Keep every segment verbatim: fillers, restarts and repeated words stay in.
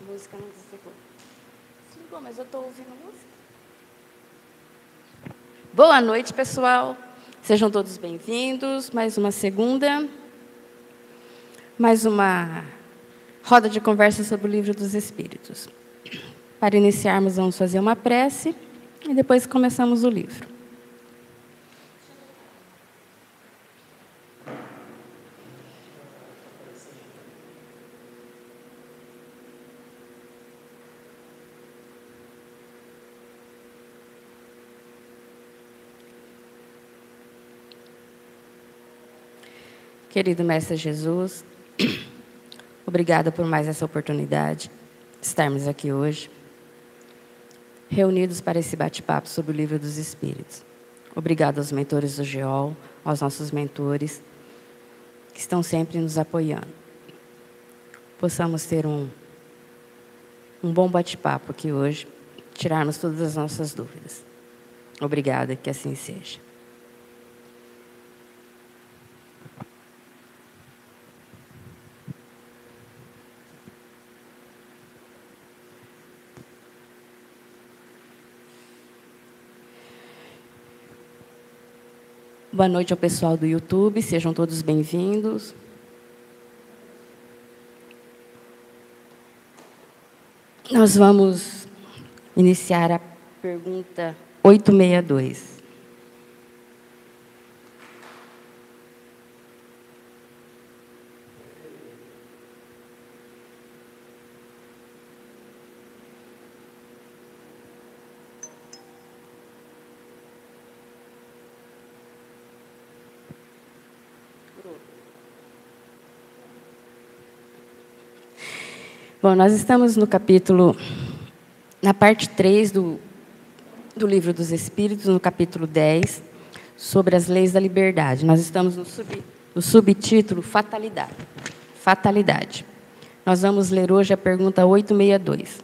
música não desligou. Desligou, mas eu estou ouvindo música. Boa noite, pessoal. Sejam todos bem-vindos. Mais uma segunda. Mais uma roda de conversa sobre o Livro dos Espíritos. Para iniciarmos, vamos fazer uma prece e depois começamos o livro. Querido Mestre Jesus, obrigada por mais essa oportunidade de estarmos aqui hoje, reunidos para esse bate-papo sobre o Livro dos Espíritos. Obrigado aos mentores do G E O L, aos nossos mentores, que estão sempre nos apoiando. Possamos ter um, um bom bate-papo aqui hoje, tirarmos todas as nossas dúvidas. Obrigada, que assim seja. Boa noite ao pessoal do YouTube, sejam todos bem-vindos. Nós vamos iniciar a pergunta oitocentos e sessenta e dois. Bom, nós estamos no capítulo, na parte três do, do Livro dos Espíritos, no capítulo dez, sobre as leis da liberdade. Nós estamos no, sub, no subtítulo Fatalidade. Fatalidade. Nós vamos ler hoje a pergunta oitocentos e sessenta e dois.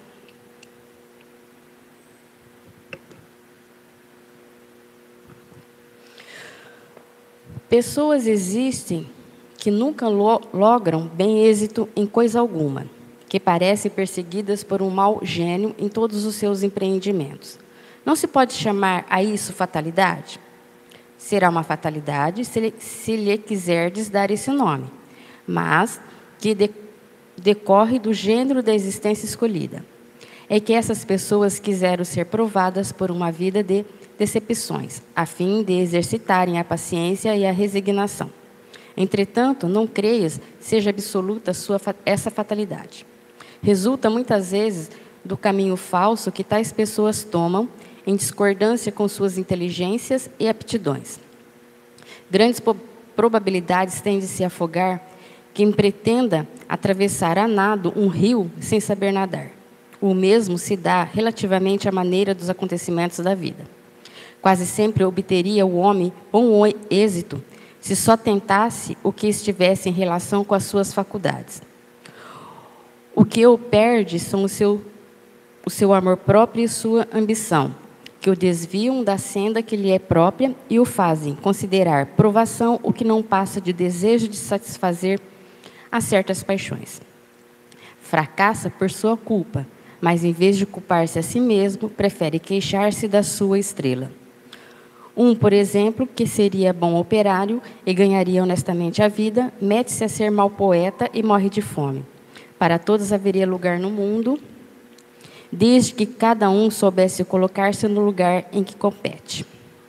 Pessoas existem que nunca lo, logram bem êxito em coisa alguma, que parecem perseguidas por um mau gênio em todos os seus empreendimentos. Não se pode chamar a isso fatalidade? Será uma fatalidade se lhe, se lhe quiserdes dar esse nome, mas que de, decorre do gênero da existência escolhida. É que essas pessoas quiseram ser provadas por uma vida de decepções, a fim de exercitarem a paciência e a resignação. Entretanto, não creias seja absoluta sua, essa fatalidade. Resulta muitas vezes do caminho falso que tais pessoas tomam em discordância com suas inteligências e aptidões. Grandes probabilidades têm de se afogar quem pretenda atravessar a nado um rio sem saber nadar. O mesmo se dá relativamente à maneira dos acontecimentos da vida. Quase sempre obteria o homem bom êxito se só tentasse o que estivesse em relação com as suas faculdades. O que o perde são o seu, o seu amor próprio e sua ambição, que o desviam da senda que lhe é própria e o fazem considerar provação o que não passa de desejo de satisfazer a certas paixões. Fracassa por sua culpa, mas em vez de culpar-se a si mesmo, prefere queixar-se da sua estrela. Um, por exemplo, que seria bom operário e ganharia honestamente a vida, mete-se a ser mau poeta e morre de fome. Para todos haveria lugar no mundo, desde que cada um soubesse colocar-se no lugar em que compete.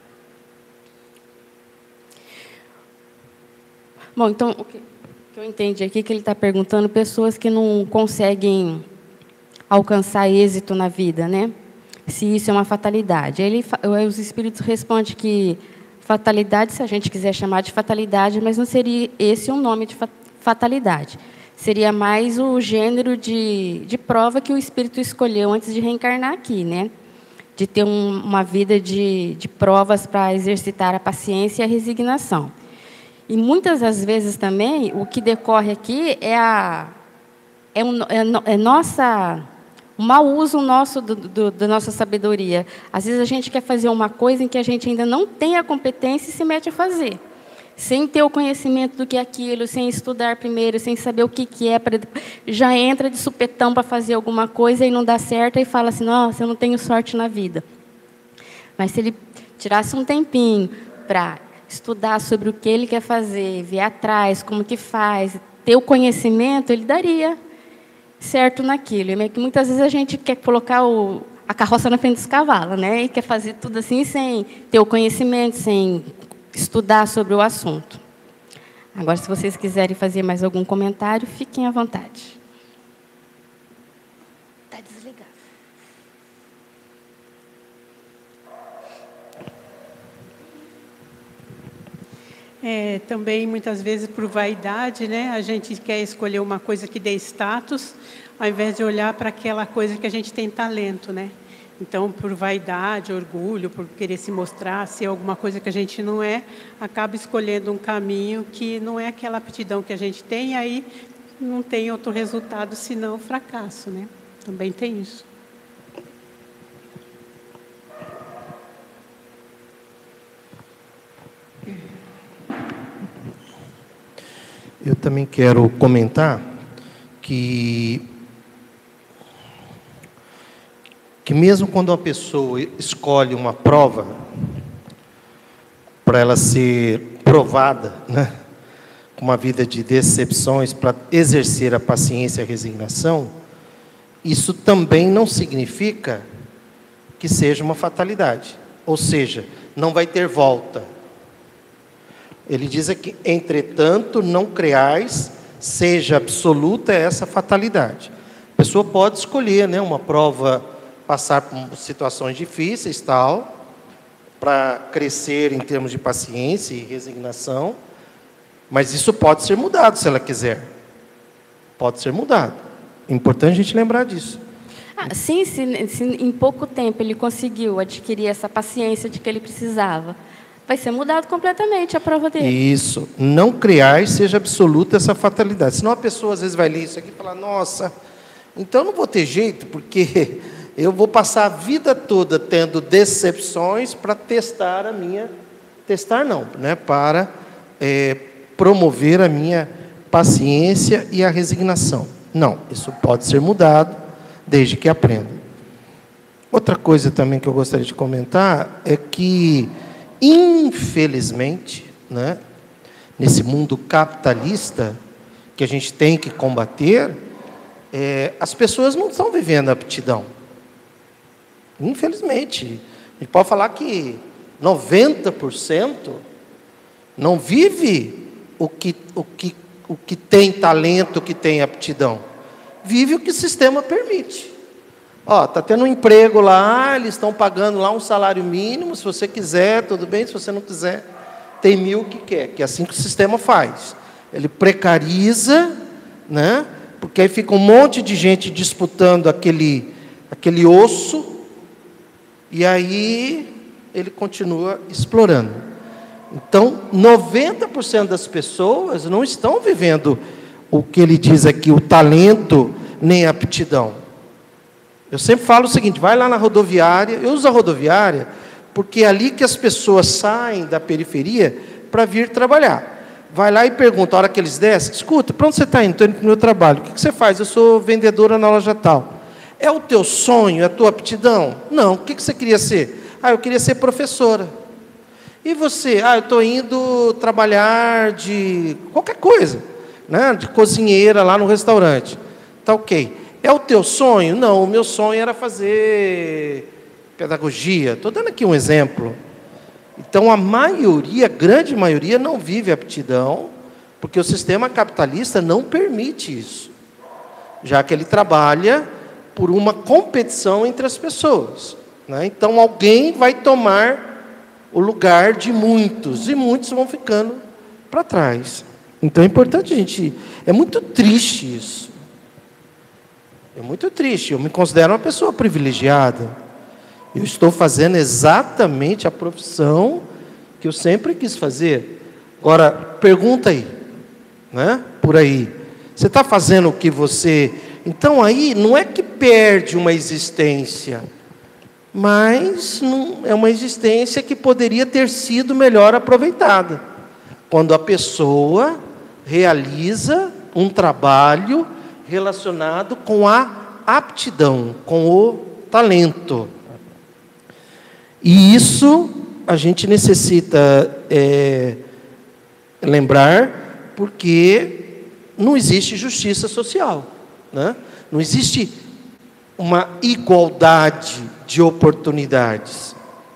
Bom, então, o que eu entendi aqui é que ele está perguntando pessoas que não conseguem alcançar êxito na vida, né? Se isso é uma fatalidade. Ele, os espíritos respondem que fatalidade, se a gente quiser chamar de fatalidade, mas não seria esse o nome de fatalidade. Seria mais o gênero de, de prova que o espírito escolheu antes de reencarnar aqui, né? De ter um, uma vida de, de provas para exercitar a paciência e a resignação. E muitas das vezes também, o que decorre aqui é, a, é, um, é, é nossa... o mau uso nosso do, do, da nossa sabedoria. Às vezes a gente quer fazer uma coisa em que a gente ainda não tem a competência e se mete a fazer. sem ter o conhecimento do que é aquilo, sem estudar primeiro, sem saber o que, que é, pra, já entra de supetão para fazer alguma coisa e não dá certo, e fala assim, nossa, eu não tenho sorte na vida. Mas se ele tirasse um tempinho para estudar sobre o que ele quer fazer, ver atrás, como que faz, ter o conhecimento, ele daria certo naquilo. É que muitas vezes a gente quer colocar o, a carroça na frente dos cavalos, né? E quer fazer tudo assim sem ter o conhecimento, sem estudar sobre o assunto. Agora, se vocês quiserem fazer mais algum comentário, fiquem à vontade. Está desligado. É, também, muitas vezes, por vaidade, né? A gente quer escolher uma coisa que dê status, ao invés de olhar para aquela coisa que a gente tem talento, né? Então, por vaidade, orgulho, por querer se mostrar, ser alguma coisa que a gente não é, acaba escolhendo um caminho que não é aquela aptidão que a gente tem, e aí não tem outro resultado senão fracasso, né? Também tem isso. Eu também quero comentar que que mesmo quando uma pessoa escolhe uma prova para ela ser provada, né, com uma vida de decepções, para exercer a paciência e a resignação, isso também não significa que seja uma fatalidade. Ou seja, não vai ter volta. Ele diz aqui, entretanto, não creais, seja absoluta essa fatalidade. A pessoa pode escolher, né, uma prova, passar por situações difíceis, tal, para crescer em termos de paciência e resignação, mas isso pode ser mudado se ela quiser. Pode ser mudado. É importante a gente lembrar disso. Ah, sim, se, se em pouco tempo ele conseguiu adquirir essa paciência de que ele precisava, vai ser mudado completamente a prova dele. Isso. Não criar seja absoluta essa fatalidade. Senão a pessoa às vezes vai ler isso aqui e falar, nossa, então não vou ter jeito, porque eu vou passar a vida toda tendo decepções para testar a minha... Testar não, né? Para é, promover a minha paciência e a resignação. Não, isso pode ser mudado desde que aprenda. Outra coisa também que eu gostaria de comentar é que, infelizmente, né, nesse mundo capitalista que a gente tem que combater, é, as pessoas não estão vivendo a aptidão. Infelizmente. A gente pode falar que noventa por cento não vive o que, o, que, o que tem talento, o que tem aptidão. Vive o que o sistema permite. Ó, está tendo um emprego lá, eles estão pagando lá um salário mínimo, se você quiser, tudo bem, se você não quiser, tem mil que quer, que é assim que o sistema faz. Ele precariza, né? Porque aí fica um monte de gente disputando aquele, aquele osso, e aí ele continua explorando. Então, noventa por cento das pessoas não estão vivendo o que ele diz aqui, o talento, nem a aptidão. Eu sempre falo o seguinte, vai lá na rodoviária, eu uso a rodoviária, porque é ali que as pessoas saem da periferia para vir trabalhar. Vai lá e pergunta, a hora que eles descem, escuta, para onde você está indo? Estou indo para o meu trabalho. O que você faz? Eu sou vendedora na loja tal. É o teu sonho, é a tua aptidão? Não. O que você queria ser? Ah, eu queria ser professora. E você? Ah, eu estou indo trabalhar de qualquer coisa, né? De cozinheira lá no restaurante. Tá ok. É o teu sonho? Não, o meu sonho era fazer pedagogia. Estou dando aqui um exemplo. Então, a maioria, a grande maioria, não vive a aptidão, porque o sistema capitalista não permite isso, já que ele trabalha por uma competição entre as pessoas, né? Então, alguém vai tomar o lugar de muitos, e muitos vão ficando para trás. Então, é importante a gente... É muito triste isso. É muito triste. Eu me considero uma pessoa privilegiada. Eu estou fazendo exatamente a profissão que eu sempre quis fazer. Agora, pergunta aí, né? Por aí. Você está fazendo o que você... Então, aí, não é que perde uma existência, mas não, é uma existência que poderia ter sido melhor aproveitada. Quando a pessoa realiza um trabalho relacionado com a aptidão, com o talento. E isso a gente necessita é, lembrar, porque não existe justiça social, né? Não existe uma igualdade de oportunidades.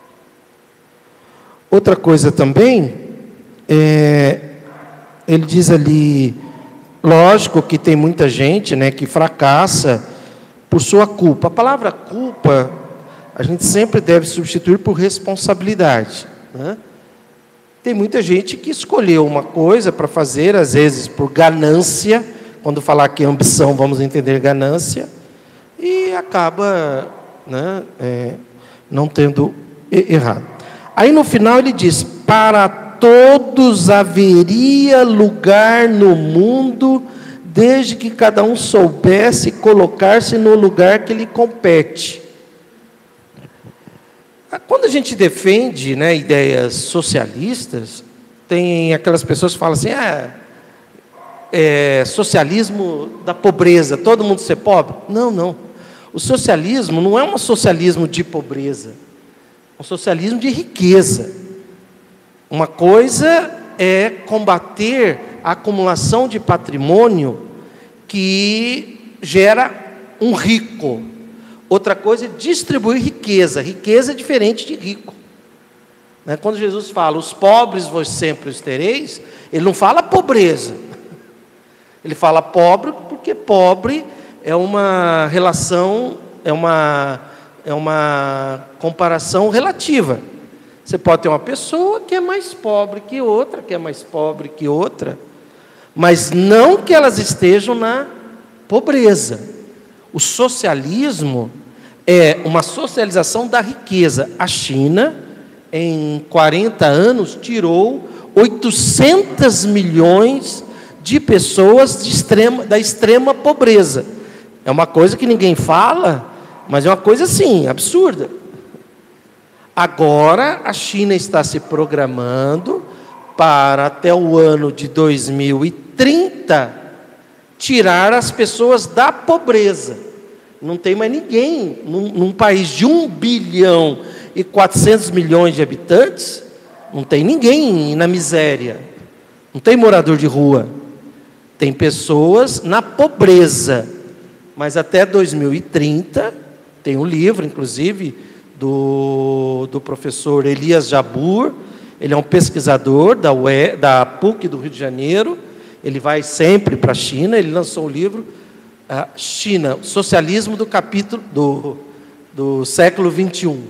Outra coisa também, é, ele diz ali, lógico que tem muita gente, né, que fracassa por sua culpa. A palavra culpa, a gente sempre deve substituir por responsabilidade, né? Tem muita gente que escolheu uma coisa para fazer, às vezes por ganância, quando falar que ambição, vamos entender ganância, e acaba, né, é, não tendo errado. Aí no final ele diz, para todos haveria lugar no mundo, desde que cada um soubesse colocar-se no lugar que lhe compete. Quando a gente defende, né, ideias socialistas, tem aquelas pessoas que falam assim, ah, é socialismo da pobreza, todo mundo ser pobre? Não, não. O socialismo não é um socialismo de pobreza, é um socialismo de riqueza. Uma coisa é combater a acumulação de patrimônio que gera um rico. Outra coisa é distribuir riqueza. Riqueza é diferente de rico. Quando Jesus fala, os pobres vós sempre os tereis, ele não fala pobreza. Ele fala pobre porque pobre é uma relação, é uma, é uma comparação relativa. Você pode ter uma pessoa que é mais pobre que outra, que é mais pobre que outra, mas não que elas estejam na pobreza. O socialismo é uma socialização da riqueza. A China, em quarenta anos, tirou oitocentos milhões de pessoas de extrema, da extrema pobreza. É uma coisa que ninguém fala, mas é uma coisa, assim, absurda. Agora, a China está se programando para, até o ano de dois mil e trinta, tirar as pessoas da pobreza. Não tem mais ninguém, num, num país de um bilhão e quatrocentos milhões de habitantes, não tem ninguém na miséria, não tem morador de rua, tem pessoas na pobreza. Mas até dois mil e trinta, tem um livro, inclusive, do, do professor Elias Jabbour, ele é um pesquisador da, U E, da P U C do Rio de Janeiro, ele vai sempre para a China, ele lançou um livro, a China, o socialismo do capítulo do, do século vinte e um.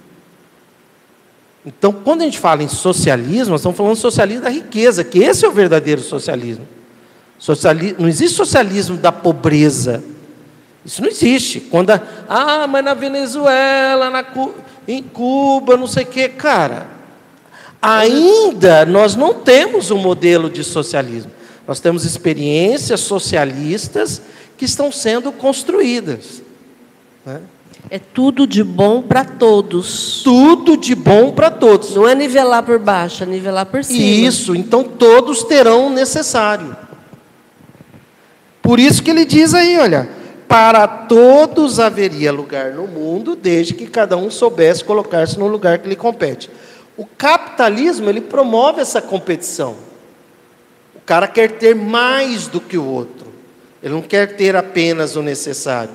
Então, quando a gente fala em socialismo, nós estamos falando de socialismo da riqueza, que esse é o verdadeiro socialismo. Socialismo, não existe socialismo da pobreza. Isso não existe. Quando a, ah, mas na Venezuela, na, em Cuba, não sei o quê. Cara, ainda nós não temos um modelo de socialismo. Nós temos experiências socialistas que estão sendo construídas, né? É tudo de bom para todos. Tudo de bom para todos. Não é nivelar por baixo, é nivelar por cima. Isso, então todos terão o necessário. Por isso que ele diz aí, olha, para todos haveria lugar no mundo, desde que cada um soubesse colocar-se no lugar que lhe compete. O capitalismo, ele promove essa competição. O cara quer ter mais do que o outro. Ele não quer ter apenas o necessário.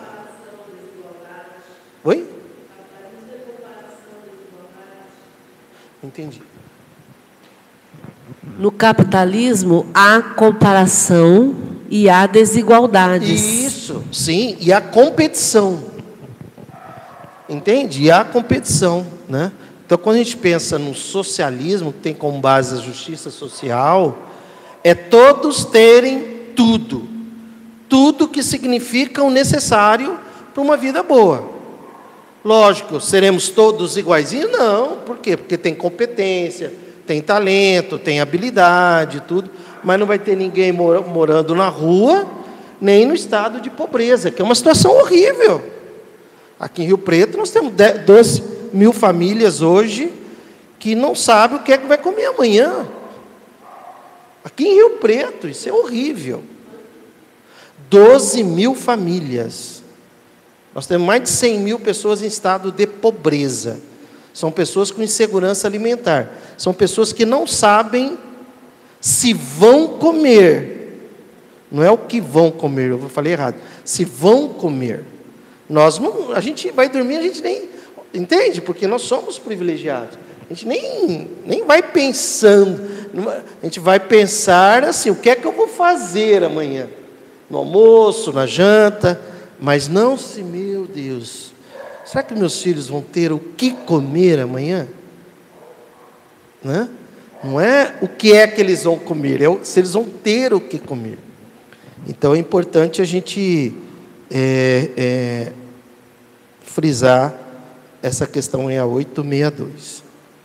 Oi? Entendi. No capitalismo, há comparação e há desigualdades. Isso, sim, e há competição. Entende? E há competição, né? Então, quando a gente pensa no socialismo, que tem como base a justiça social, é todos terem tudo. Tudo que significa o necessário para uma vida boa. Lógico, seremos todos iguaizinhos? Não. Por quê? Porque tem competência, tem talento, tem habilidade, tudo. Mas não vai ter ninguém mor- morando na rua, nem no estado de pobreza, que é uma situação horrível. Aqui em Rio Preto, nós temos doze mil famílias hoje que não sabem o que é que vai comer amanhã. Aqui em Rio Preto, isso é horrível. doze mil famílias. Nós temos mais de cem mil pessoas em estado de pobreza. São pessoas com insegurança alimentar. São pessoas que não sabem se vão comer. Não é o que vão comer, eu falei errado. Se vão comer. Nós não, a gente vai dormir, a gente nem... Entende? Porque nós somos privilegiados. A gente nem, nem vai pensando. A gente vai pensar assim, o que é que eu vou fazer amanhã? No almoço, na janta. Mas não se, meu Deus, será que meus filhos vão ter o que comer amanhã? Né? Não é o que é que eles vão comer, é se eles vão ter o que comer. Então é importante a gente é, é, frisar essa questão em A oito sessenta e dois.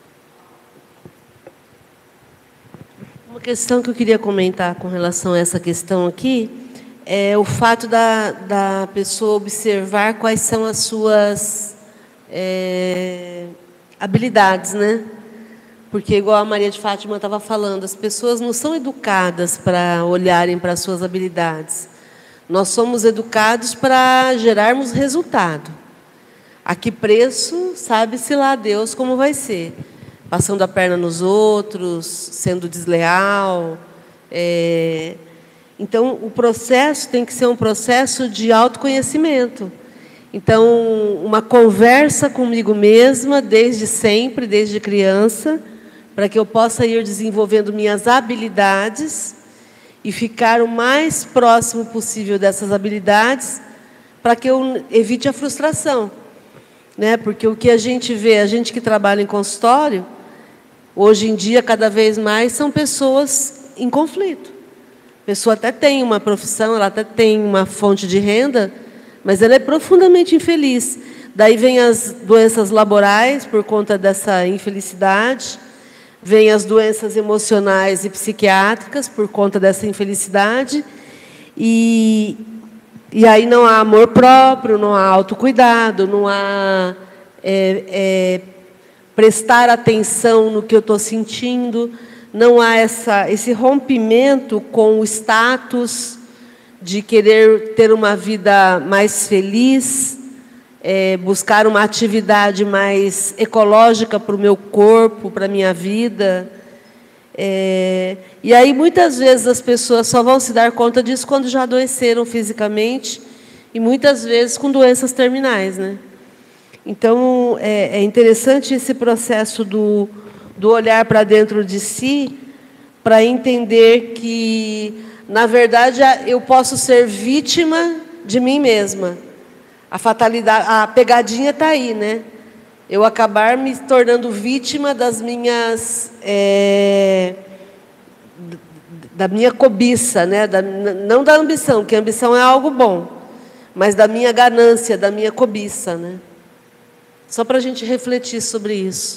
Uma questão que eu queria comentar com relação a essa questão aqui é o fato da, da pessoa observar quais são as suas é, habilidades, né? Porque, igual a Maria de Fátima estava falando, as pessoas não são educadas para olharem para as suas habilidades. Nós somos educados para gerarmos resultado. A que preço, sabe-se lá Deus como vai ser. Passando a perna nos outros, sendo desleal. É... Então, o processo tem que ser um processo de autoconhecimento. Então, uma conversa comigo mesma, desde sempre, desde criança, para que eu possa ir desenvolvendo minhas habilidades e ficar o mais próximo possível dessas habilidades, para que eu evite a frustração. Né? Porque o que a gente vê, a gente que trabalha em consultório, hoje em dia, cada vez mais, são pessoas em conflito. A pessoa até tem uma profissão, ela até tem uma fonte de renda, mas ela é profundamente infeliz. Daí vem as doenças laborais, por conta dessa infelicidade, vem as doenças emocionais e psiquiátricas, por conta dessa infelicidade, e, e aí não há amor próprio, não há autocuidado, não há é, é, prestar atenção no que eu estou sentindo, não há essa, esse rompimento com o status de querer ter uma vida mais feliz, é, buscar uma atividade mais ecológica para o meu corpo, para a minha vida. É, e aí, muitas vezes, as pessoas só vão se dar conta disso quando já adoeceram fisicamente e, muitas vezes, com doenças terminais, né? Então, é, é interessante esse processo do... do olhar para dentro de si, para entender que, na verdade, eu posso ser vítima de mim mesma. A fatalidade, a pegadinha está aí, né? Eu acabar me tornando vítima das minhas... É, da minha cobiça, né? Da, não da ambição, que a ambição é algo bom, mas da minha ganância, da minha cobiça, né? Só para a gente refletir sobre isso.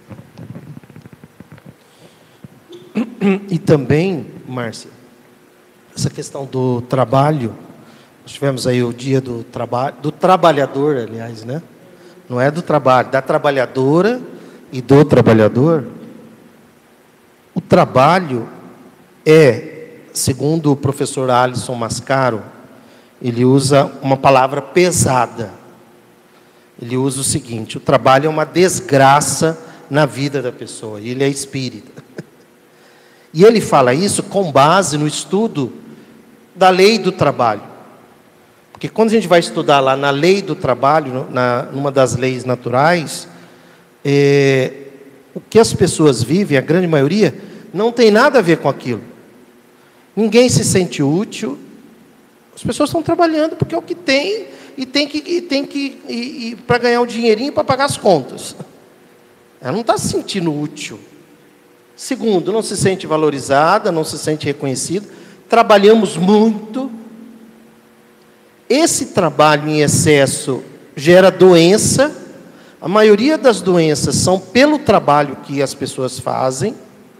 E também, Márcia, essa questão do trabalho, nós tivemos aí o dia do trabalho, do trabalhador, aliás, né? Não é do trabalho, da trabalhadora e do trabalhador. O trabalho é, segundo o professor Alisson Mascaro, ele usa uma palavra pesada. Ele usa o seguinte: o trabalho é uma desgraça na vida da pessoa, e ele é espírita. E ele fala isso com base no estudo da lei do trabalho. Porque quando a gente vai estudar lá na lei do trabalho, na, numa das leis naturais, é, o que as pessoas vivem, a grande maioria, não tem nada a ver com aquilo. Ninguém se sente útil. As pessoas estão trabalhando porque é o que tem, e tem que, e tem que e, e, para ganhar um dinheirinho para pagar as contas. Ela não está se sentindo útil. Segundo, não se sente valorizada, não se sente reconhecida. Trabalhamos muito. Esse trabalho em excesso gera doença. A maioria das doenças são pelo trabalho que as pessoas fazem.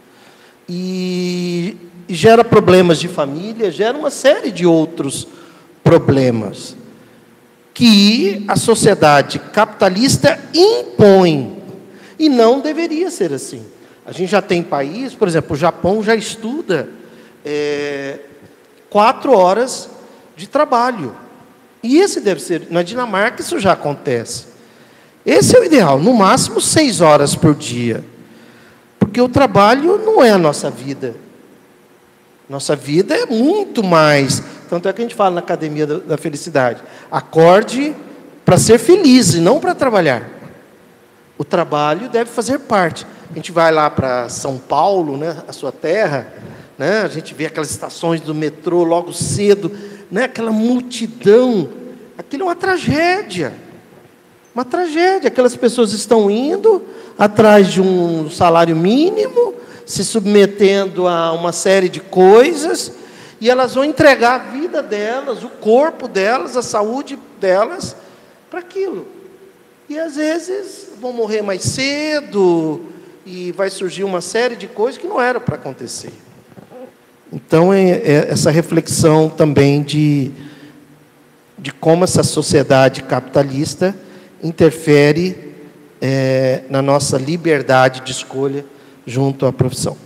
E gera problemas de família, gera uma série de outros problemas que a sociedade capitalista impõe. E não deveria ser assim. A gente já tem país, por exemplo, o Japão já estuda é, quatro horas de trabalho. E esse deve ser, na Dinamarca isso já acontece. Esse é o ideal, no máximo seis horas por dia. Porque o trabalho não é a nossa vida. Nossa vida é muito mais. Tanto é que a gente fala na Academia da Felicidade. Acorde para ser feliz e não para trabalhar. O trabalho deve fazer parte. A gente vai lá para São Paulo, né, a sua terra, né, a gente vê aquelas estações do metrô logo cedo, né, aquela multidão. Aquilo é uma tragédia. Uma tragédia. Aquelas pessoas estão indo atrás de um salário mínimo, se submetendo a uma série de coisas, e elas vão entregar a vida delas, o corpo delas, a saúde delas, para aquilo. E às vezes vão morrer mais cedo, e vai surgir uma série de coisas que não era para acontecer. Então, é, é essa reflexão também de, de como essa sociedade capitalista interfere é, na nossa liberdade de escolha junto à profissão.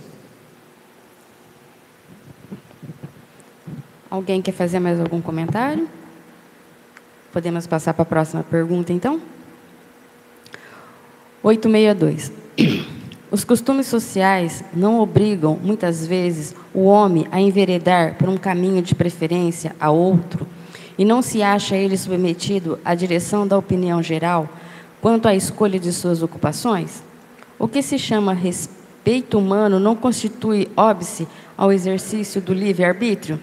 Alguém quer fazer mais algum comentário? Podemos passar para a próxima pergunta, então? oitocentos e sessenta e dois. Os costumes sociais não obrigam, muitas vezes, o homem a enveredar por um caminho de preferência a outro, e não se acha ele submetido à direção da opinião geral quanto à escolha de suas ocupações? O que se chama respeito humano não constitui óbice ao exercício do livre-arbítrio?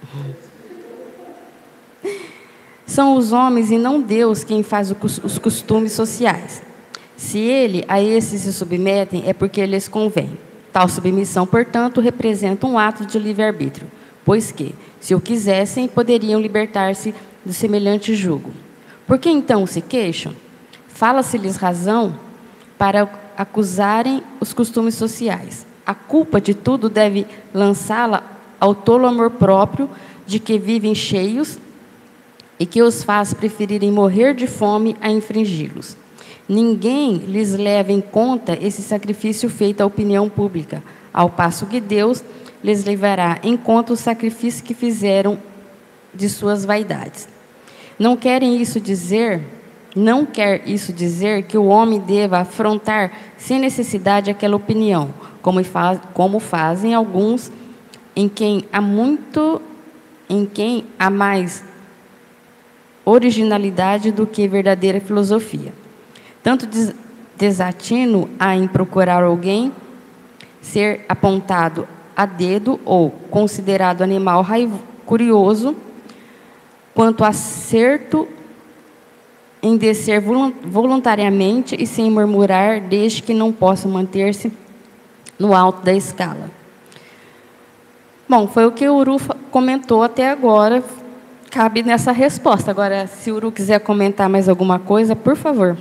São os homens e não Deus quem faz os costumes sociais. Se ele a esses se submetem, é porque lhes convém. Tal submissão, portanto, representa um ato de livre-arbítrio, pois que, se o quisessem, poderiam libertar-se do semelhante jugo. Por que então se queixam? Fala-se-lhes razão para acusarem os costumes sociais. A culpa de tudo deve lançá-la ao tolo amor próprio de que vivem cheios e que os faz preferirem morrer de fome a infringi-los. Ninguém lhes leva em conta esse sacrifício feito à opinião pública, ao passo que Deus lhes levará em conta o sacrifício que fizeram de suas vaidades. Não querem isso dizer, não quer isso dizer que o homem deva afrontar sem necessidade aquela opinião, como, faz, como fazem alguns em quem há muito, em quem há mais originalidade do que verdadeira filosofia. Tanto des desatino há em procurar alguém ser apontado a dedo ou considerado animal curioso, quanto acerto em descer voluntariamente e sem murmurar, desde que não possa manter-se no alto da escala. Bom, foi o que o Uru comentou até agora, cabe nessa resposta. Agora, se o Uru quiser comentar mais alguma coisa, por favor.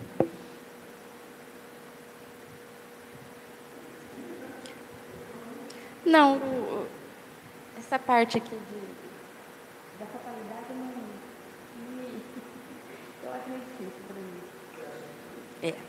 Não, essa parte aqui de, da fatalidade não, não eu acho meio difícil para mim. É.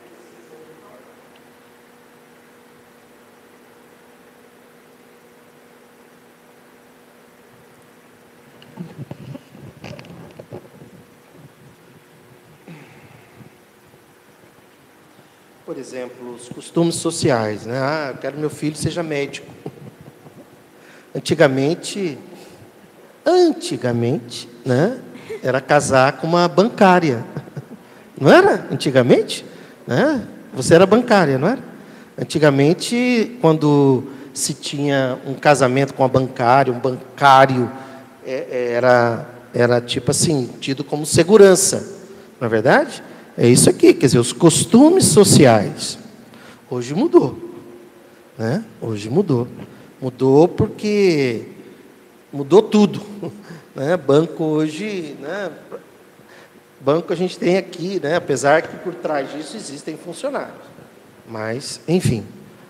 Por exemplo, os costumes sociais, né? Ah, eu quero que meu filho seja médico. Antigamente, antigamente, né? Era casar com uma bancária. Não era? Antigamente, né? Você era bancária, não era? Antigamente, quando se tinha um casamento com uma bancária, um bancário, era, era tipo assim, tido como segurança, não é verdade? É isso aqui, quer dizer, os costumes sociais. Hoje mudou, né? Hoje mudou. Mudou porque mudou tudo, né? Banco hoje, né? Banco a gente tem aqui, né? Apesar que por trás disso existem funcionários. Mas, enfim.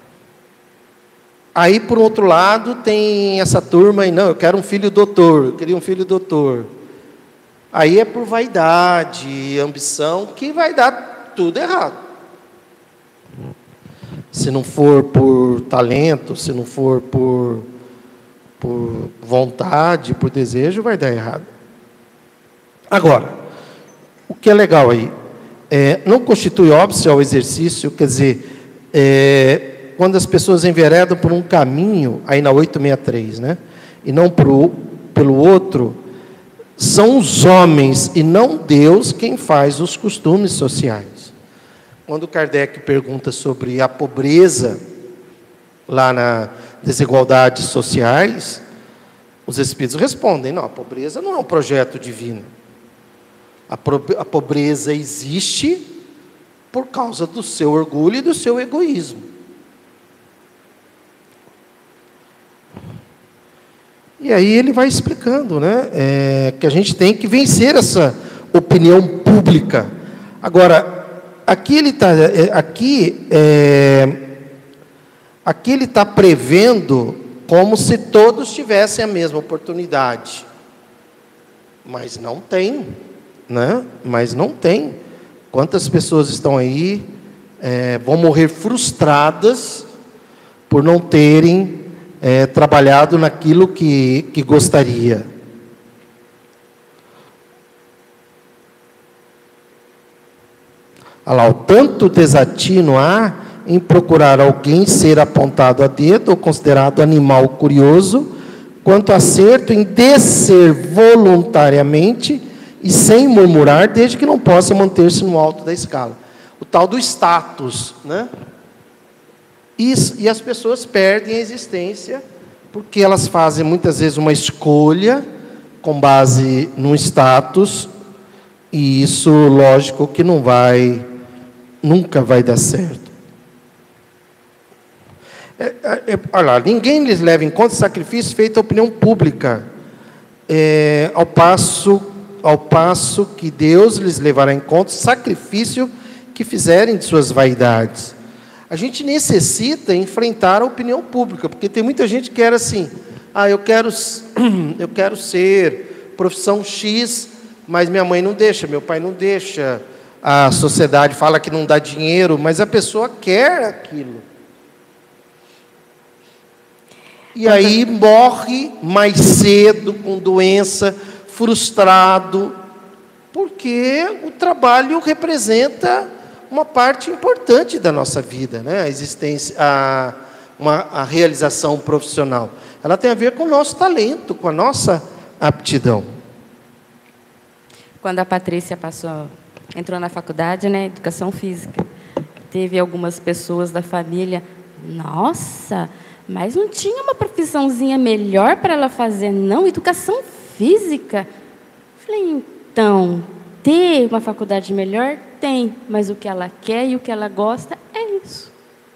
Aí, por outro lado, tem essa turma aí, não, eu quero um filho doutor, eu queria um filho doutor. Aí é por vaidade, ambição, que vai dar tudo errado. Se não for por talento, se não for por, por vontade, por desejo, vai dar errado. Agora, o que é legal aí, é, não constitui óbice ao exercício, quer dizer, é, quando as pessoas enveredam por um caminho, aí na oitocentos e sessenta e três, né, e não pro, pelo outro, são os homens e não Deus quem faz os costumes sociais. Quando Kardec pergunta sobre a pobreza, lá na desigualdades sociais, os espíritos respondem, não, a pobreza não é um projeto divino. A, a pobreza existe por causa do seu orgulho e do seu egoísmo. E aí ele vai explicando, né, é, que a gente tem que vencer essa opinião pública. Agora, aqui ele está, aqui, é, aqui ele está prevendo como se todos tivessem a mesma oportunidade, mas não tem, né? Mas não tem. Quantas pessoas estão aí é, vão morrer frustradas por não terem É, trabalhado naquilo que, que gostaria. Olha lá, o tanto desatino há em procurar alguém ser apontado a dedo ou considerado animal curioso, quanto acerto em descer voluntariamente e sem murmurar, desde que não possa manter-se no alto da escala. O tal do status, né? Isso, e as pessoas perdem a existência porque elas fazem muitas vezes uma escolha com base no status, e isso, lógico, que não vai, nunca vai dar certo. É, é, olha lá, ninguém lhes leva em conta o sacrifício feito à opinião pública, é, ao passo, ao passo que Deus lhes levará em conta o sacrifício que fizerem de suas vaidades. A gente necessita enfrentar a opinião pública, porque tem muita gente que quer assim, ah, eu quero, eu quero ser profissão X, mas minha mãe não deixa, meu pai não deixa, a sociedade fala que não dá dinheiro, mas a pessoa quer aquilo. E aí morre mais cedo, com doença, frustrado, porque o trabalho representa uma parte importante da nossa vida, né? A existência, a, uma, a realização profissional. Ela tem a ver com o nosso talento, com a nossa aptidão. Quando a Patrícia passou, entrou na faculdade, né, educação física, teve algumas pessoas da família, nossa, mas não tinha uma profissãozinha melhor para ela fazer, não? Educação física? Falei, então, ter uma faculdade melhor? Tem, mas o que ela quer e o que ela gosta é isso.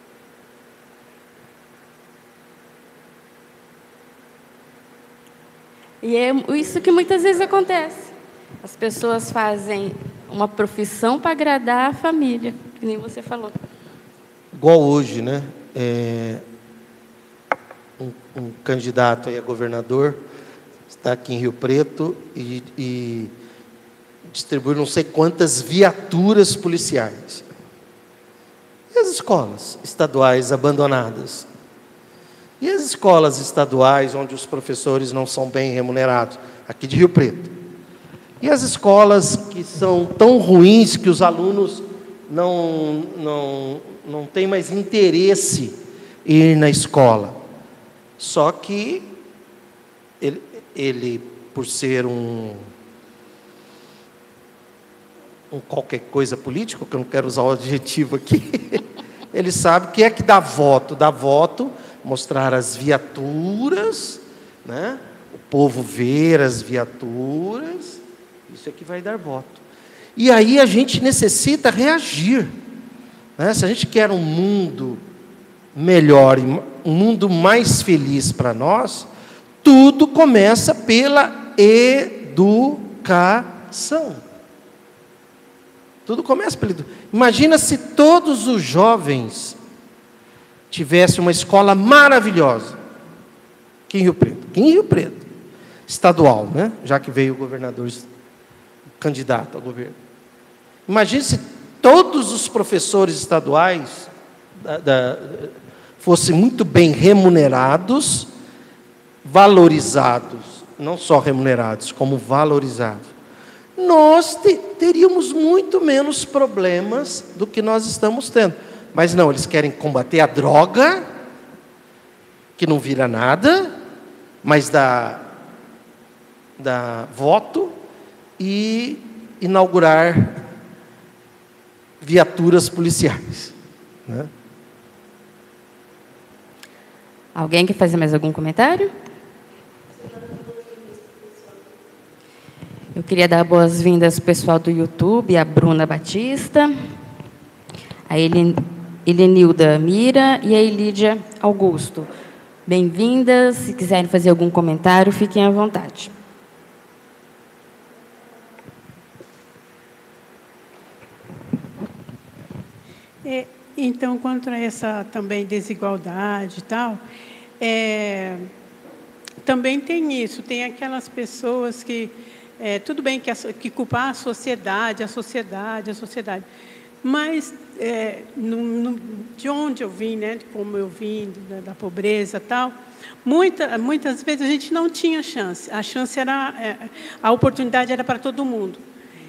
E é isso que muitas vezes acontece. As pessoas fazem uma profissão para agradar a família, que nem você falou. Igual hoje, né? É, um, um candidato aí a governador está aqui em Rio Preto e... e distribui não sei quantas viaturas policiais. E as escolas estaduais abandonadas? E as escolas estaduais onde os professores não são bem remunerados? Aqui de Rio Preto. E as escolas que são tão ruins que os alunos não, não, não têm mais interesse em ir na escola? Só que ele, ele por ser um... um qualquer coisa político, que eu não quero usar o adjetivo aqui, ele sabe o que é que dá voto. Dá voto, mostrar as viaturas, né? O povo ver as viaturas, isso é que vai dar voto. E aí a gente necessita reagir, né? Se a gente quer um mundo melhor, um mundo mais feliz para nós, tudo começa pela educação. Tudo começa pelo... Imagina se todos os jovens tivessem uma escola maravilhosa. Aqui em Rio Preto. Aqui em Rio Preto. Estadual, né? Já que veio o governador, candidato ao governo. Imagine se todos os professores estaduais da, da, fossem muito bem remunerados valorizados, não só remunerados, como valorizados, nós te, teríamos muito menos problemas do que nós estamos tendo. Mas não, eles querem combater a droga, que não vira nada, mas dá, dá voto, e inaugurar viaturas policiais, né? Alguém quer fazer mais algum comentário? Eu queria dar boas-vindas ao pessoal do YouTube, a Bruna Batista, a Helenilda Mira e a Elídia Augusto. Bem-vindas. Se quiserem fazer algum comentário, fiquem à vontade. É, então, quanto a essa também desigualdade e tal, é, também tem isso, tem aquelas pessoas que, é, tudo bem que, a, que culpar a sociedade, a sociedade, a sociedade, mas é, no, no, de onde eu vim, né, de como eu vim, da, da pobreza e tal, muita, muitas vezes a gente não tinha chance, a chance era, é, a oportunidade era para todo mundo.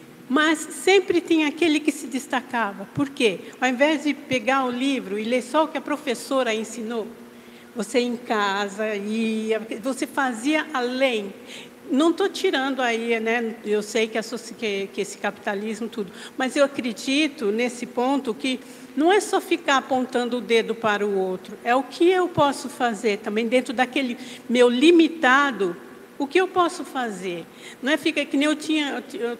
Mas sempre tinha aquele que se destacava. Por quê? Ao invés de pegar o livro e ler só o que a professora ensinou, você em casa ia, você fazia além. Não estou tirando aí, né? Eu sei que, a, que, que esse capitalismo, tudo, mas eu acredito nesse ponto que não é só ficar apontando o dedo para o outro, é o que eu posso fazer também dentro daquele meu limitado. O que eu posso fazer? Não é fica que nem eu tinha, eu,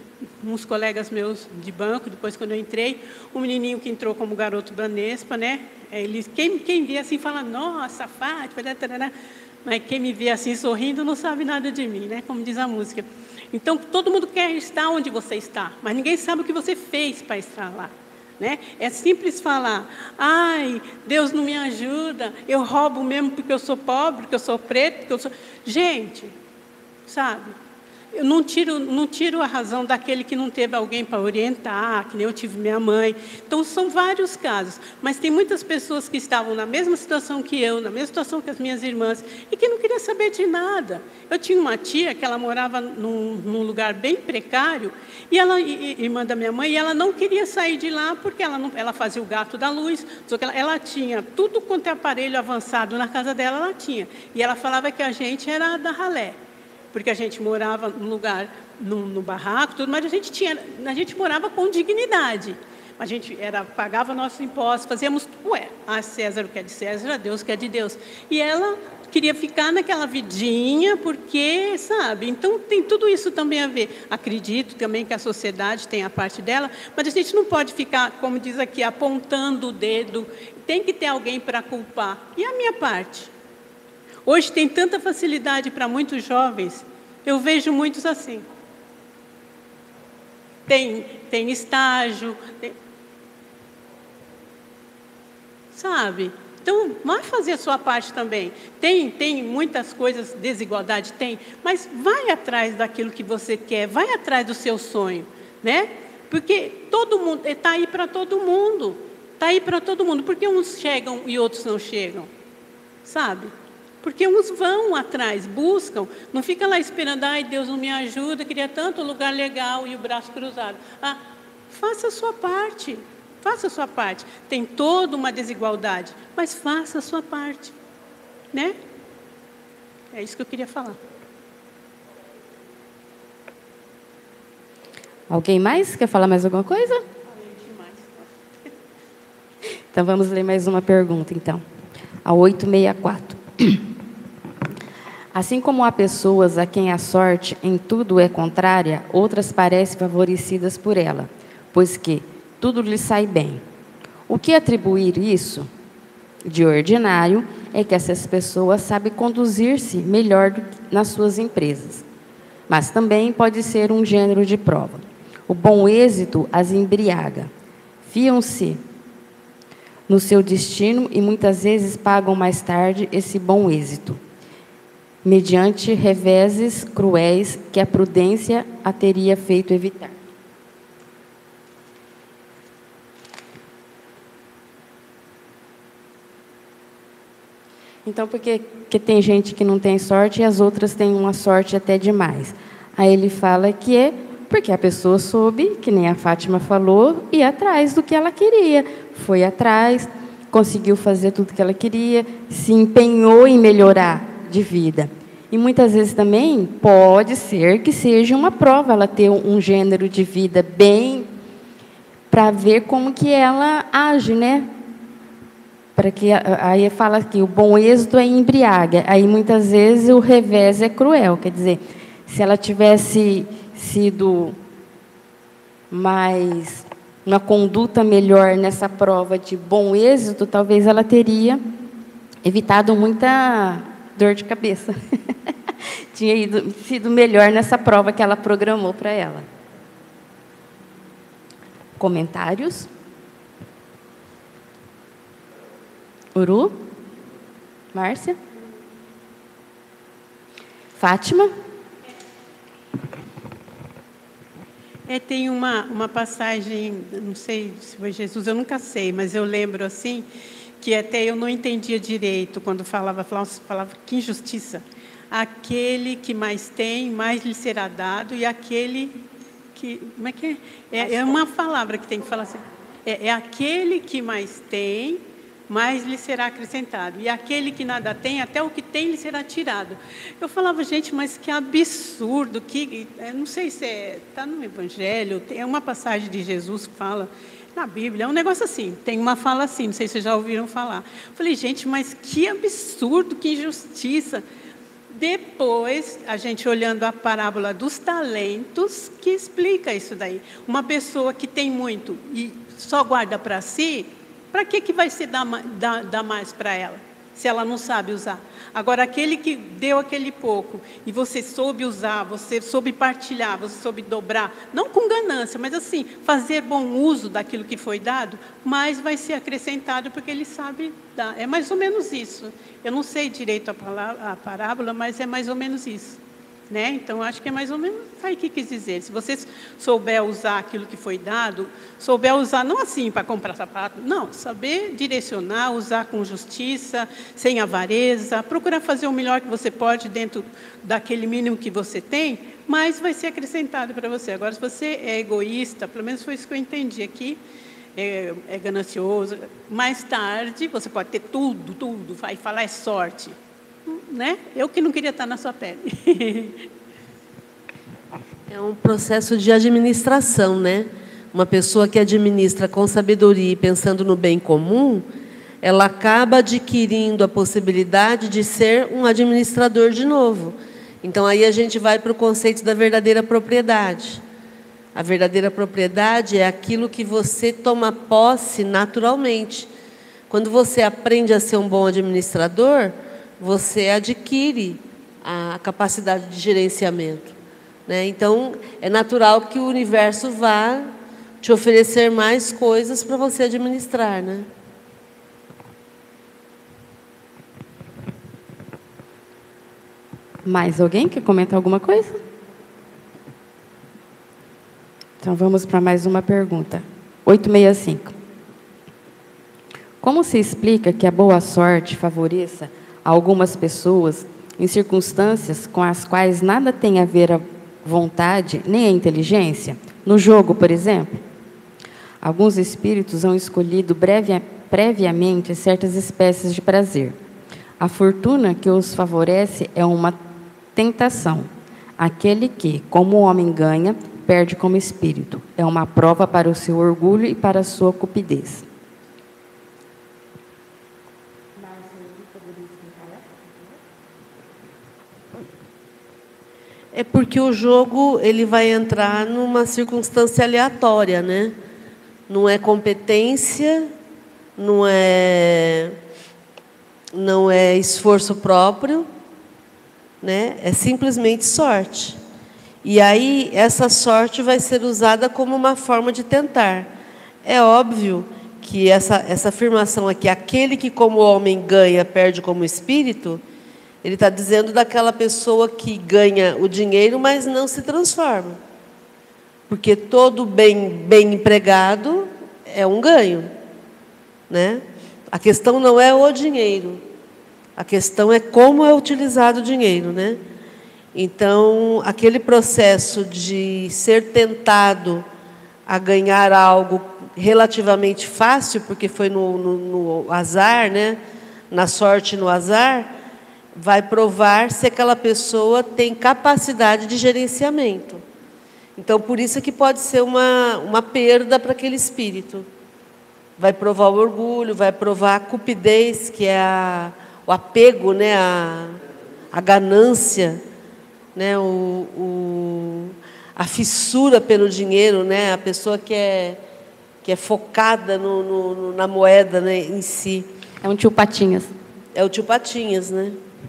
uns colegas meus de banco, depois quando eu entrei, um menininho que entrou como garoto Banespa, né? Eles, quem, quem vê assim fala, nossa, Fátima, tarará. Mas quem me vê assim sorrindo não sabe nada de mim, né? Como diz a música. Então, todo mundo quer estar onde você está, mas ninguém sabe o que você fez para estar lá. Né? É simples falar, ai, Deus não me ajuda, eu roubo mesmo porque eu sou pobre, porque eu sou preto, porque eu sou... Gente, sabe, eu não tiro, não tiro a razão daquele que não teve alguém para orientar, que nem eu tive minha mãe. Então, são vários casos, mas tem muitas pessoas que estavam na mesma situação que eu, na mesma situação que as minhas irmãs, e que não queriam saber de nada. Eu tinha uma tia que ela morava num, num lugar bem precário, e ela, irmã da minha mãe, e ela não queria sair de lá porque ela, não, ela fazia o gato da luz, só que ela, ela tinha tudo quanto é aparelho avançado na casa dela, ela tinha. E ela falava que a gente era da ralé, porque a gente morava num lugar, no, no barraco, tudo, mas a gente, tinha, a gente morava com dignidade. A gente era, pagava nossos impostos, fazíamos, ué, a César o que é de César, a Deus o que é de Deus. E ela queria ficar naquela vidinha, porque, sabe, então tem tudo isso também a ver. Acredito também que a sociedade tem a parte dela, mas a gente não pode ficar, como diz aqui, apontando o dedo, tem que ter alguém para culpar. E a minha parte? Hoje tem tanta facilidade para muitos jovens, eu vejo muitos assim. Tem, tem estágio, tem... sabe? Então, vai fazer a sua parte também. Tem, tem muitas coisas, desigualdade tem, mas vai atrás daquilo que você quer, vai atrás do seu sonho, né? Porque todo mundo, está aí para todo mundo, está aí para todo mundo. Por que uns chegam e outros não chegam? Sabe? Porque uns vão atrás, buscam, não fica lá esperando, ai, Deus não me ajuda, queria tanto lugar legal e o braço cruzado. Ah, faça a sua parte, faça a sua parte. Tem toda uma desigualdade, mas faça a sua parte, né? É isso que eu queria falar. Alguém mais quer falar mais alguma coisa? Falei demais. Então, vamos ler mais uma pergunta, então. A oitocentos e sessenta e quatro. Assim como há pessoas a quem a sorte em tudo é contrária, outras parecem favorecidas por ela, pois que tudo lhes sai bem. O que atribuir isso? De ordinário, é que essas pessoas sabem conduzir-se melhor nas suas empresas. Mas também pode ser um gênero de prova. O bom êxito as embriaga. Fiam-se no seu destino e muitas vezes pagam mais tarde esse bom êxito, mediante reveses cruéis que a prudência a teria feito evitar. Então, porque que tem gente que não tem sorte e as outras têm uma sorte até demais. Aí ele fala que é porque a pessoa soube, que nem a Fátima falou, ir atrás do que ela queria. Foi atrás, conseguiu fazer tudo que ela queria, se empenhou em melhorar de vida. E muitas vezes também pode ser que seja uma prova ela ter um gênero de vida bem, para ver como que ela age, né? Para que aí fala que o bom êxito é embriaga. Aí muitas vezes o revés é cruel, quer dizer, se ela tivesse sido mais uma conduta melhor nessa prova de bom êxito, talvez ela teria evitado muita dor de cabeça. Tinha ido, sido melhor nessa prova que ela programou para ela. Comentários? Uru? Márcia? Fátima? É, tem uma, uma passagem, não sei se foi Jesus, eu nunca sei, mas eu lembro assim, que até eu não entendia direito quando falava, falava, falava que injustiça. Aquele que mais tem, mais lhe será dado, e aquele que... Como é que é? É, é uma palavra que tem que falar assim. É, é aquele que mais tem, mais lhe será acrescentado. E aquele que nada tem, até o que tem lhe será tirado. Eu falava, gente, mas que absurdo, que, não sei se está no Evangelho, é uma passagem de Jesus que fala, na Bíblia, é um negócio assim, tem uma fala assim, não sei se vocês já ouviram falar. Eu falei, gente, mas que absurdo, que injustiça. Depois, a gente olhando a parábola dos talentos, que explica isso daí. Uma pessoa que tem muito e só guarda para si, para que, que vai se dar, dar, dar mais para ela, se ela não sabe usar? Agora, aquele que deu aquele pouco, e você soube usar, você soube partilhar, você soube dobrar, não com ganância, mas assim, fazer bom uso daquilo que foi dado, mais vai ser acrescentado, porque ele sabe dar. É mais ou menos isso. Eu não sei direito a, palavra, a parábola, mas é mais ou menos isso. Né? Então, acho que é mais ou menos aí que quis dizer. Se você souber usar aquilo que foi dado, souber usar, não assim para comprar sapato, não, saber direcionar, usar com justiça, sem avareza, procurar fazer o melhor que você pode dentro daquele mínimo que você tem, mas vai ser acrescentado para você. Agora, se você é egoísta, pelo menos foi isso que eu entendi aqui, é, é ganancioso, mais tarde você pode ter tudo, tudo, vai falar é sorte. Né? Eu que não queria estar na sua pele. É um processo de administração, né? Uma pessoa que administra com sabedoria e pensando no bem comum, ela acaba adquirindo a possibilidade de ser um administrador de novo. Então, aí a gente vai para o conceito da verdadeira propriedade. A verdadeira propriedade é aquilo que você toma posse naturalmente. Quando você aprende a ser um bom administrador, você adquire a capacidade de gerenciamento, né? Então, é natural que o universo vá te oferecer mais coisas para você administrar, né? Mais alguém quer comentar alguma coisa? Então, vamos para mais uma pergunta. oitocentos e sessenta e cinco. Como se explica que a boa sorte favoreça algumas pessoas em circunstâncias com as quais nada tem a ver a vontade nem a inteligência? No jogo, por exemplo, alguns espíritos são escolhido breve, previamente certas espécies de prazer. A fortuna que os favorece é uma tentação. Aquele que, como o homem ganha, perde como espírito. É uma prova para o seu orgulho e para a sua cupidez. É porque o jogo ele vai entrar numa circunstância aleatória, né? Não é competência, não é, não é esforço próprio, né? É simplesmente sorte. E aí essa sorte vai ser usada como uma forma de tentar. É óbvio que essa, essa afirmação aqui, aquele que como homem ganha, perde como espírito, ele está dizendo daquela pessoa que ganha o dinheiro, mas não se transforma. Porque todo bem, bem empregado é um ganho, né? A questão não é o dinheiro. A questão é como é utilizado o dinheiro, né? Então, aquele processo de ser tentado a ganhar algo relativamente fácil, porque foi no, no, no azar, né? Na sorte, no azar, vai provar se aquela pessoa tem capacidade de gerenciamento. Então, por isso é que pode ser uma, uma perda para aquele espírito. Vai provar o orgulho, vai provar a cupidez, que é a, o apego, né? a, a ganância, né? o, o, a fissura pelo dinheiro, né? A pessoa que é, que é focada no, no, na moeda, né? Em si. É um tio Patinhas. É o tio Patinhas, né?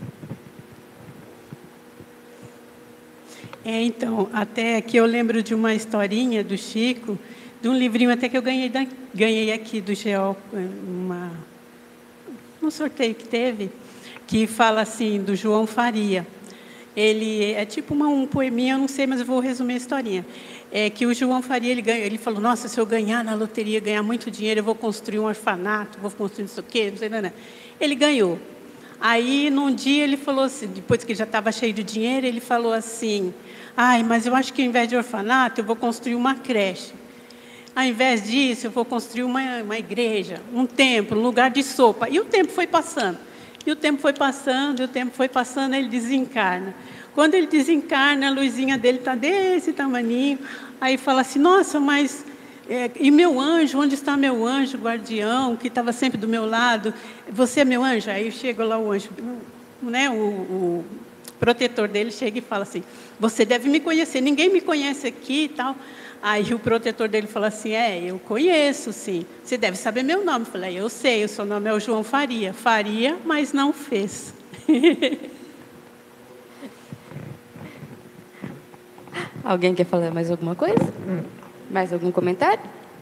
É, então, até aqui eu lembro de uma historinha do Chico, de um livrinho até que eu ganhei, da, ganhei aqui do Geol, uma, um sorteio que teve, que fala assim, do João Faria. Ele é tipo uma, um poeminha, eu não sei, mas eu vou resumir a historinha. É que o João Faria, ele, ganha, ele falou, nossa, se eu ganhar na loteria, ganhar muito dinheiro, eu vou construir um orfanato, vou construir não sei o quê, não sei nada. Ele ganhou. Aí, num dia, ele falou assim, depois que já estava cheio de dinheiro, ele falou assim, ai, mas eu acho que ao invés de orfanato, eu vou construir uma creche. Ao invés disso, eu vou construir uma, uma igreja, um templo, um lugar de sopa. E o tempo foi passando. E o tempo foi passando, e o tempo foi passando, ele desencarna. Quando ele desencarna, a luzinha dele está desse tamaninho. Aí fala assim, nossa, mas... É, e meu anjo, onde está meu anjo guardião, que estava sempre do meu lado? Você é meu anjo? Aí chega lá o anjo, né, o, o protetor dele chega e fala assim, você deve me conhecer, ninguém me conhece aqui e tal. Aí o protetor dele fala assim, é, eu conheço, sim. Você deve saber meu nome. Eu falei, eu sei, o seu nome é o João Faria. Faria, mas não fez. Alguém quer falar mais alguma coisa? Hum. Mais algum comentário?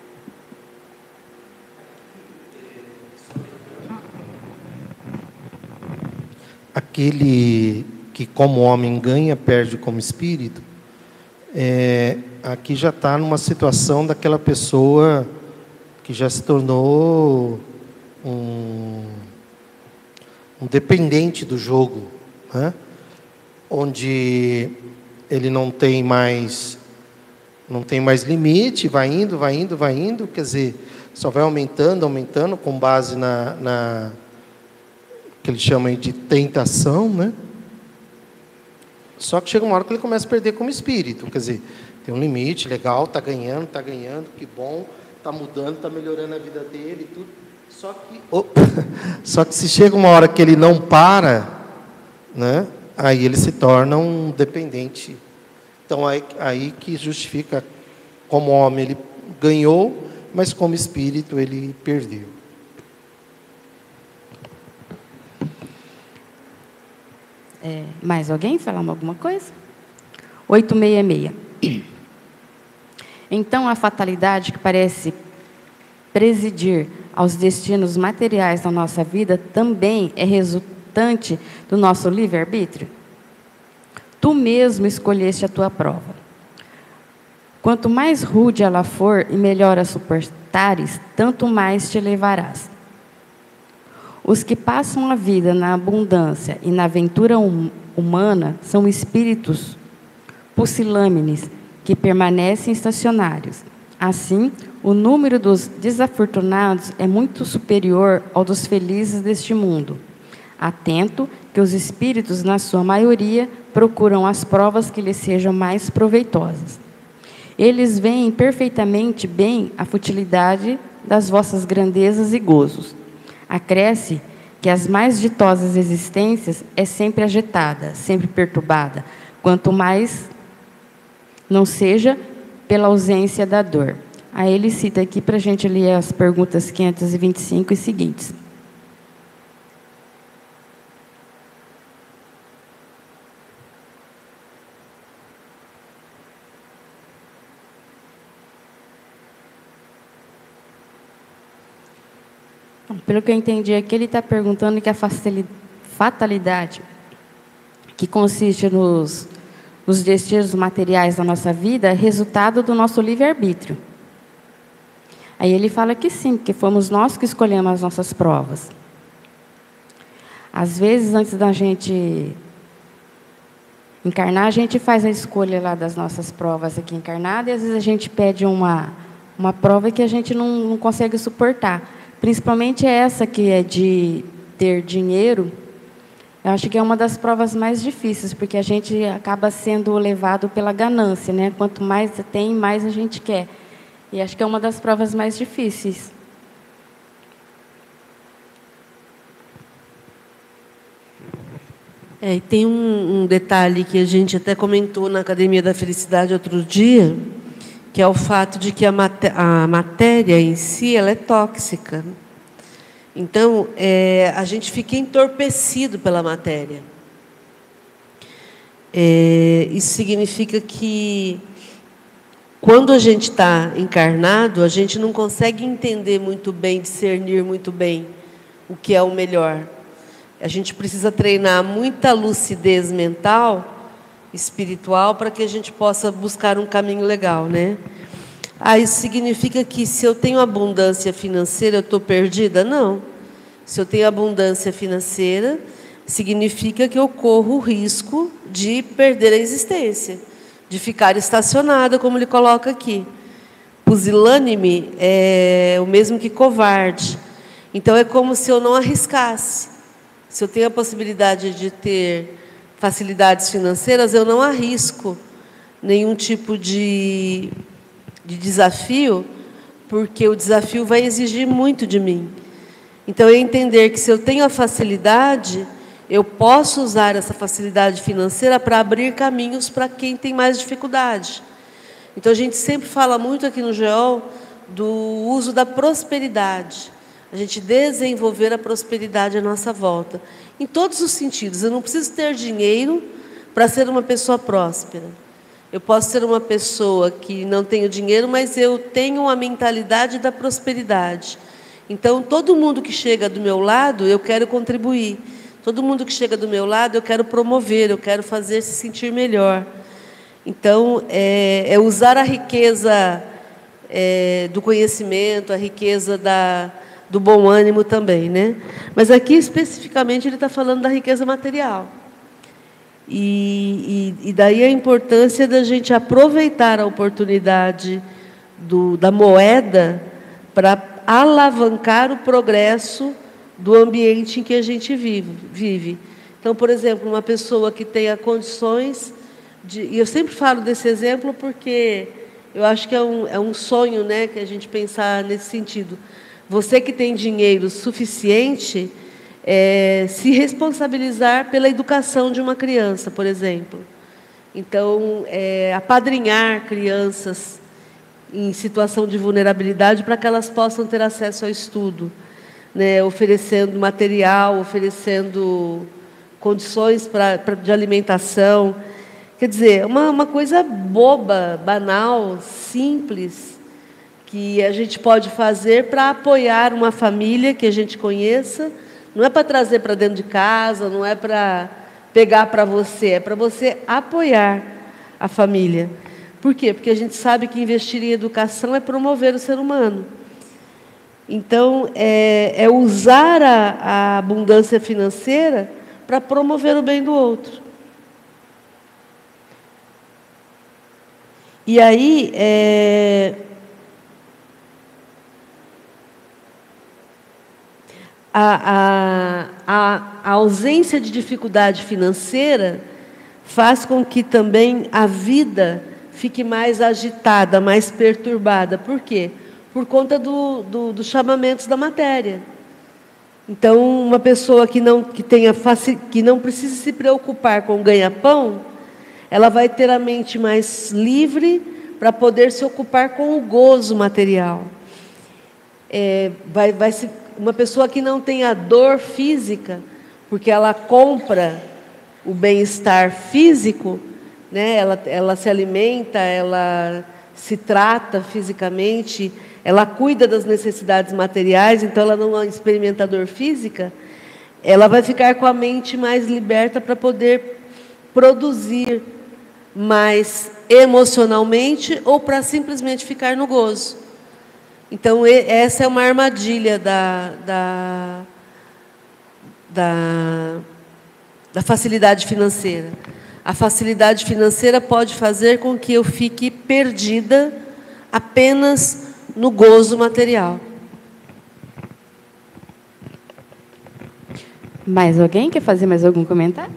Aquele que como homem ganha, perde como espírito, é, aqui já está numa situação daquela pessoa que já se tornou um, um dependente do jogo, né? Onde ele não tem mais... não tem mais limite, vai indo, vai indo, vai indo, quer dizer, só vai aumentando, aumentando, com base na, na que eles chamam de tentação, né? Só que chega uma hora que ele começa a perder como espírito, quer dizer, tem um limite, legal, está ganhando, está ganhando, que bom, está mudando, está melhorando a vida dele e tudo. Só que, oh, só que se chega uma hora que ele não para, né? Aí ele se torna um dependente. Então, aí, aí que justifica, como homem ele ganhou, mas como espírito ele perdeu. É, mais alguém falar alguma coisa? oito seis seis. Então, a fatalidade que parece presidir aos destinos materiais da nossa vida também é resultante do nosso livre-arbítrio? Tu mesmo escolheste a tua prova. Quanto mais rude ela for e melhor a suportares, tanto mais te elevarás. Os que passam a vida na abundância e na aventura hum, humana são espíritos pusilâmines que permanecem estacionários. Assim, o número dos desafortunados é muito superior ao dos felizes deste mundo. Atento que os espíritos, na sua maioria, procuram as provas que lhes sejam mais proveitosas. Eles veem perfeitamente bem a futilidade das vossas grandezas e gozos. Acresce que as mais ditosas existências é sempre agitada, sempre perturbada, quanto mais não seja pela ausência da dor. Aí ele cita aqui para a gente ler as perguntas quinhentos e vinte e cinco e seguintes. Pelo que eu entendi aqui, ele está perguntando que a fatalidade, que consiste nos, nos destinos materiais da nossa vida, é resultado do nosso livre-arbítrio. Aí ele fala que sim, que fomos nós que escolhemos as nossas provas. Às vezes, antes da gente encarnar, a gente faz a escolha lá das nossas provas aqui encarnadas, e às vezes a gente pede uma, uma prova que a gente não, não consegue suportar. Principalmente essa que é de ter dinheiro. Eu acho que é uma das provas mais difíceis, porque a gente acaba sendo levado pela ganância, né? Quanto mais tem, mais a gente quer. E acho que é uma das provas mais difíceis. É, e tem um, um detalhe que a gente até comentou na Academia da Felicidade outro dia, que é o fato de que a, maté a matéria em si ela é tóxica. Então, é, a gente fica entorpecido pela matéria. É, isso significa que, quando a gente está encarnado, a gente não consegue entender muito bem, discernir muito bem o que é o melhor. A gente precisa treinar muita lucidez mental, espiritual, para que a gente possa buscar um caminho legal, né? Ah, isso significa que se eu tenho abundância financeira, eu estou perdida? Não. Se eu tenho abundância financeira, significa que eu corro o risco de perder a existência, de ficar estacionada, como ele coloca aqui. Pusilânime é o mesmo que covarde. Então, é como se eu não arriscasse. Se eu tenho a possibilidade de ter facilidades financeiras, eu não arrisco nenhum tipo de, de desafio, porque o desafio vai exigir muito de mim. Então, é entender que se eu tenho a facilidade, eu posso usar essa facilidade financeira para abrir caminhos para quem tem mais dificuldade. Então, a gente sempre fala muito aqui no G E O L do uso da prosperidade. A gente desenvolver a prosperidade à nossa volta. Em todos os sentidos. Eu não preciso ter dinheiro para ser uma pessoa próspera. Eu posso ser uma pessoa que não tenho dinheiro, mas eu tenho a mentalidade da prosperidade. Então, todo mundo que chega do meu lado, eu quero contribuir. Todo mundo que chega do meu lado, eu quero promover, eu quero fazer se sentir melhor. Então, é, é usar a riqueza é, do conhecimento, a riqueza da... do bom ânimo também, né? Mas aqui, especificamente, ele está falando da riqueza material. E, e, e daí a importância da gente aproveitar a oportunidade do, da moeda para alavancar o progresso do ambiente em que a gente vive. vive. Então, por exemplo, uma pessoa que tenha condições de... E eu sempre falo desse exemplo porque eu acho que é um, é um sonho, né, que a gente pensar nesse sentido. Você que tem dinheiro suficiente, é, se responsabilizar pela educação de uma criança, por exemplo. Então, é, apadrinhar crianças em situação de vulnerabilidade para que elas possam ter acesso ao estudo, né, oferecendo material, oferecendo condições pra, pra, de alimentação. Quer dizer, uma, uma coisa boba, banal, simples, que a gente pode fazer para apoiar uma família que a gente conheça. Não é para trazer para dentro de casa, não é para pegar para você, é para você apoiar a família. Por quê? Porque a gente sabe que investir em educação é promover o ser humano. Então, é, é usar a, a abundância financeira para promover o bem do outro. E aí, é, A, a, a ausência de dificuldade financeira faz com que também a vida fique mais agitada, mais perturbada. Por quê? Por conta do, do, dos chamamentos da matéria. Então, uma pessoa que não, que tenha faci, que não precisa se preocupar com o ganha-pão, ela vai ter a mente mais livre para poder se ocupar com o gozo material. É, vai, vai se Uma pessoa que não tem a dor física, porque ela compra o bem-estar físico, né? ela, ela se alimenta, ela se trata fisicamente, ela cuida das necessidades materiais, então ela não experimenta a dor física, ela vai ficar com a mente mais liberta para poder produzir mais emocionalmente ou para simplesmente ficar no gozo. Então, essa é uma armadilha da, da, da, da facilidade financeira. A facilidade financeira pode fazer com que eu fique perdida apenas no gozo material. Mais alguém quer fazer mais algum comentário?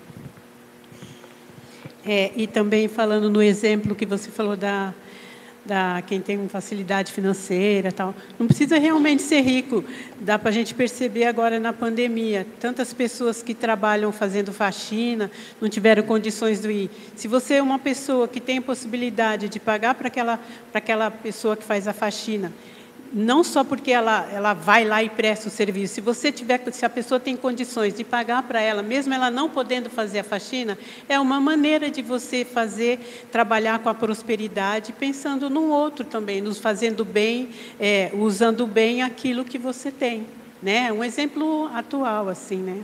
É, e também falando no exemplo que você falou da, da quem tem facilidade financeira, tal, não precisa realmente ser rico. Dá para a gente perceber agora na pandemia, tantas pessoas que trabalham fazendo faxina, não tiveram condições de ir. Se você é uma pessoa que tem possibilidade de pagar para aquela, para aquela pessoa que faz a faxina, não só porque ela, ela vai lá e presta o serviço, se você tiver, se a pessoa tem condições de pagar para ela, mesmo ela não podendo fazer a faxina, é uma maneira de você fazer, trabalhar com a prosperidade, pensando no outro também, nos fazendo bem, é, usando bem aquilo que você tem, né? Um exemplo atual, assim, né?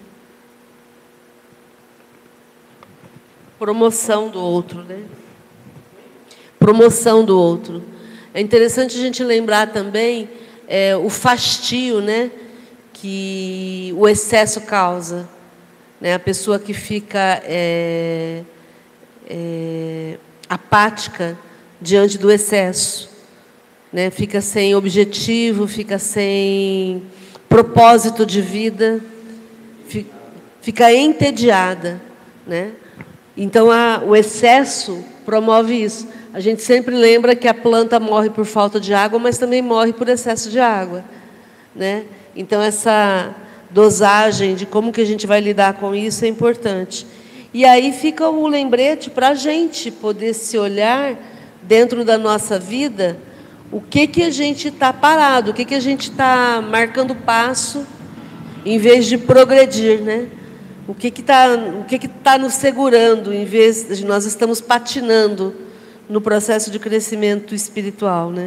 Promoção do outro, né? Promoção do outro. É interessante a gente lembrar também é, o fastio, né, que o excesso causa. Né? A pessoa que fica é, é, apática diante do excesso. Né? Fica sem objetivo, fica sem propósito de vida, fica entediada. Né? Então, a, o excesso promove isso. A gente sempre lembra que a planta morre por falta de água, mas também morre por excesso de água. Né? Então, essa dosagem de como que a gente vai lidar com isso é importante. E aí fica o lembrete para a gente poder se olhar dentro da nossa vida, o que, que a gente está parado, o que, que a gente está marcando passo, em vez de progredir, né? O que que está, o que que está nos segurando, em vez de nós estamos patinando no processo de crescimento espiritual, né?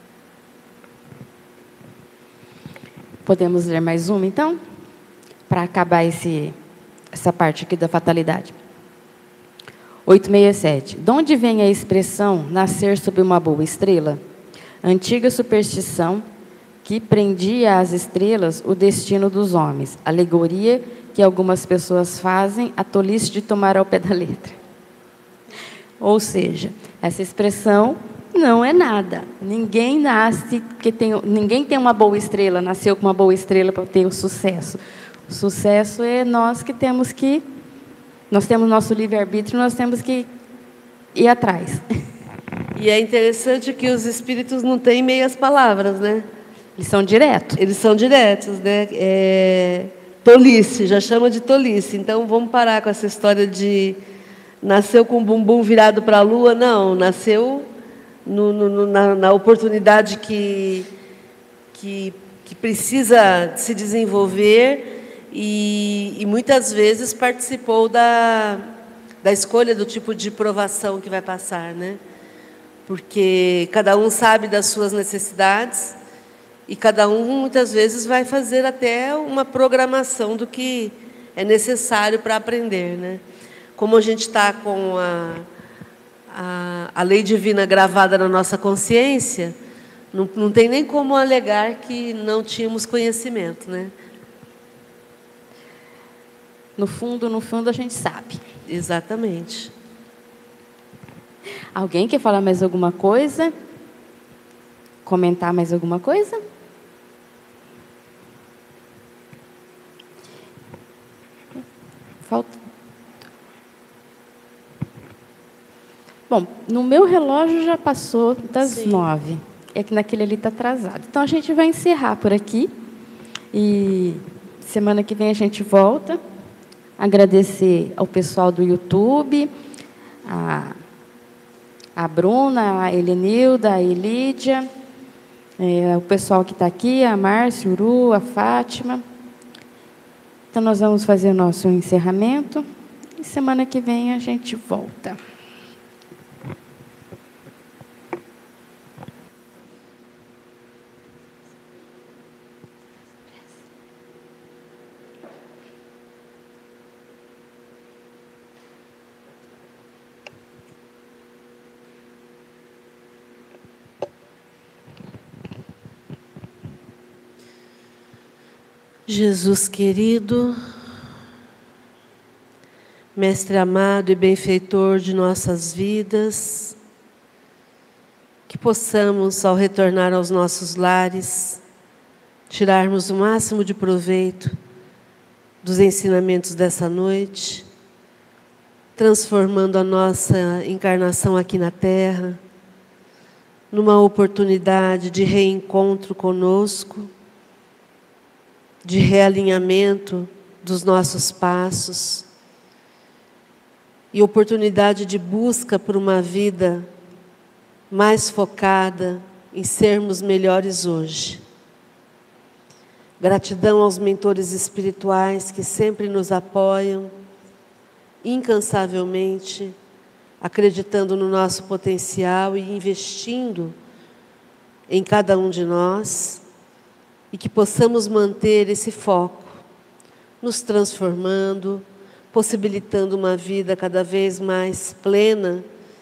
Podemos ler mais uma, então? Para acabar esse, essa parte aqui da fatalidade. oitocentos e sessenta e sete. De onde vem a expressão nascer sob uma boa estrela? Antiga superstição que prendia às estrelas o destino dos homens. Alegoria que algumas pessoas fazem, a tolice de tomar ao pé da letra. Ou seja, essa expressão não é nada. Ninguém nasce, que tem, ninguém tem uma boa estrela, nasceu com uma boa estrela para ter o sucesso. O sucesso é nós que temos que, nós temos nosso livre-arbítrio, nós temos que ir atrás. E é interessante que os espíritos não têm meias palavras, né? Eles são diretos. Eles são diretos, né? É... Tolice, já chama de tolice. Então, vamos parar com essa história de nasceu com o bumbum virado para a lua. Não, nasceu no, no, na, na oportunidade que, que, que precisa se desenvolver e, e muitas vezes participou da, da escolha do tipo de provação que vai passar, né? Porque cada um sabe das suas necessidades. E cada um, muitas vezes, vai fazer até uma programação do que é necessário para aprender. Né? Como a gente está com a, a, a lei divina gravada na nossa consciência, não, não tem nem como alegar que não tínhamos conhecimento. Né? No fundo, no fundo, a gente sabe. Exatamente. Alguém quer falar mais alguma coisa? Comentar mais alguma coisa? Falta. Bom, no meu relógio já passou das Sim. nove. É que naquele ali está atrasado. Então, a gente vai encerrar por aqui. E semana que vem a gente volta. Agradecer ao pessoal do YouTube, a, a Bruna, a Helenilda, a Elídia, é, o pessoal que está aqui, a Márcia, o Uru, a Fátima. Então, nós vamos fazer o nosso encerramento. E semana que vem a gente volta. Jesus querido, Mestre amado e benfeitor de nossas vidas, que possamos, ao retornar aos nossos lares, tirarmos o máximo de proveito dos ensinamentos dessa noite, transformando a nossa encarnação aqui na Terra numa oportunidade de reencontro conosco, de realinhamento dos nossos passos e oportunidade de busca por uma vida mais focada em sermos melhores hoje. Gratidão aos mentores espirituais que sempre nos apoiam, incansavelmente, acreditando no nosso potencial e investindo em cada um de nós, e que possamos manter esse foco, nos transformando, possibilitando uma vida cada vez mais plena,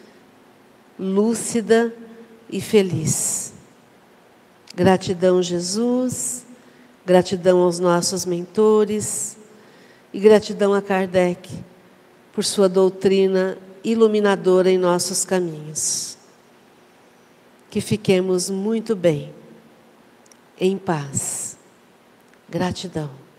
lúcida e feliz. Gratidão, Jesus, gratidão aos nossos mentores e gratidão a Kardec por sua doutrina iluminadora em nossos caminhos. Que fiquemos muito bem, em paz. Gratidão.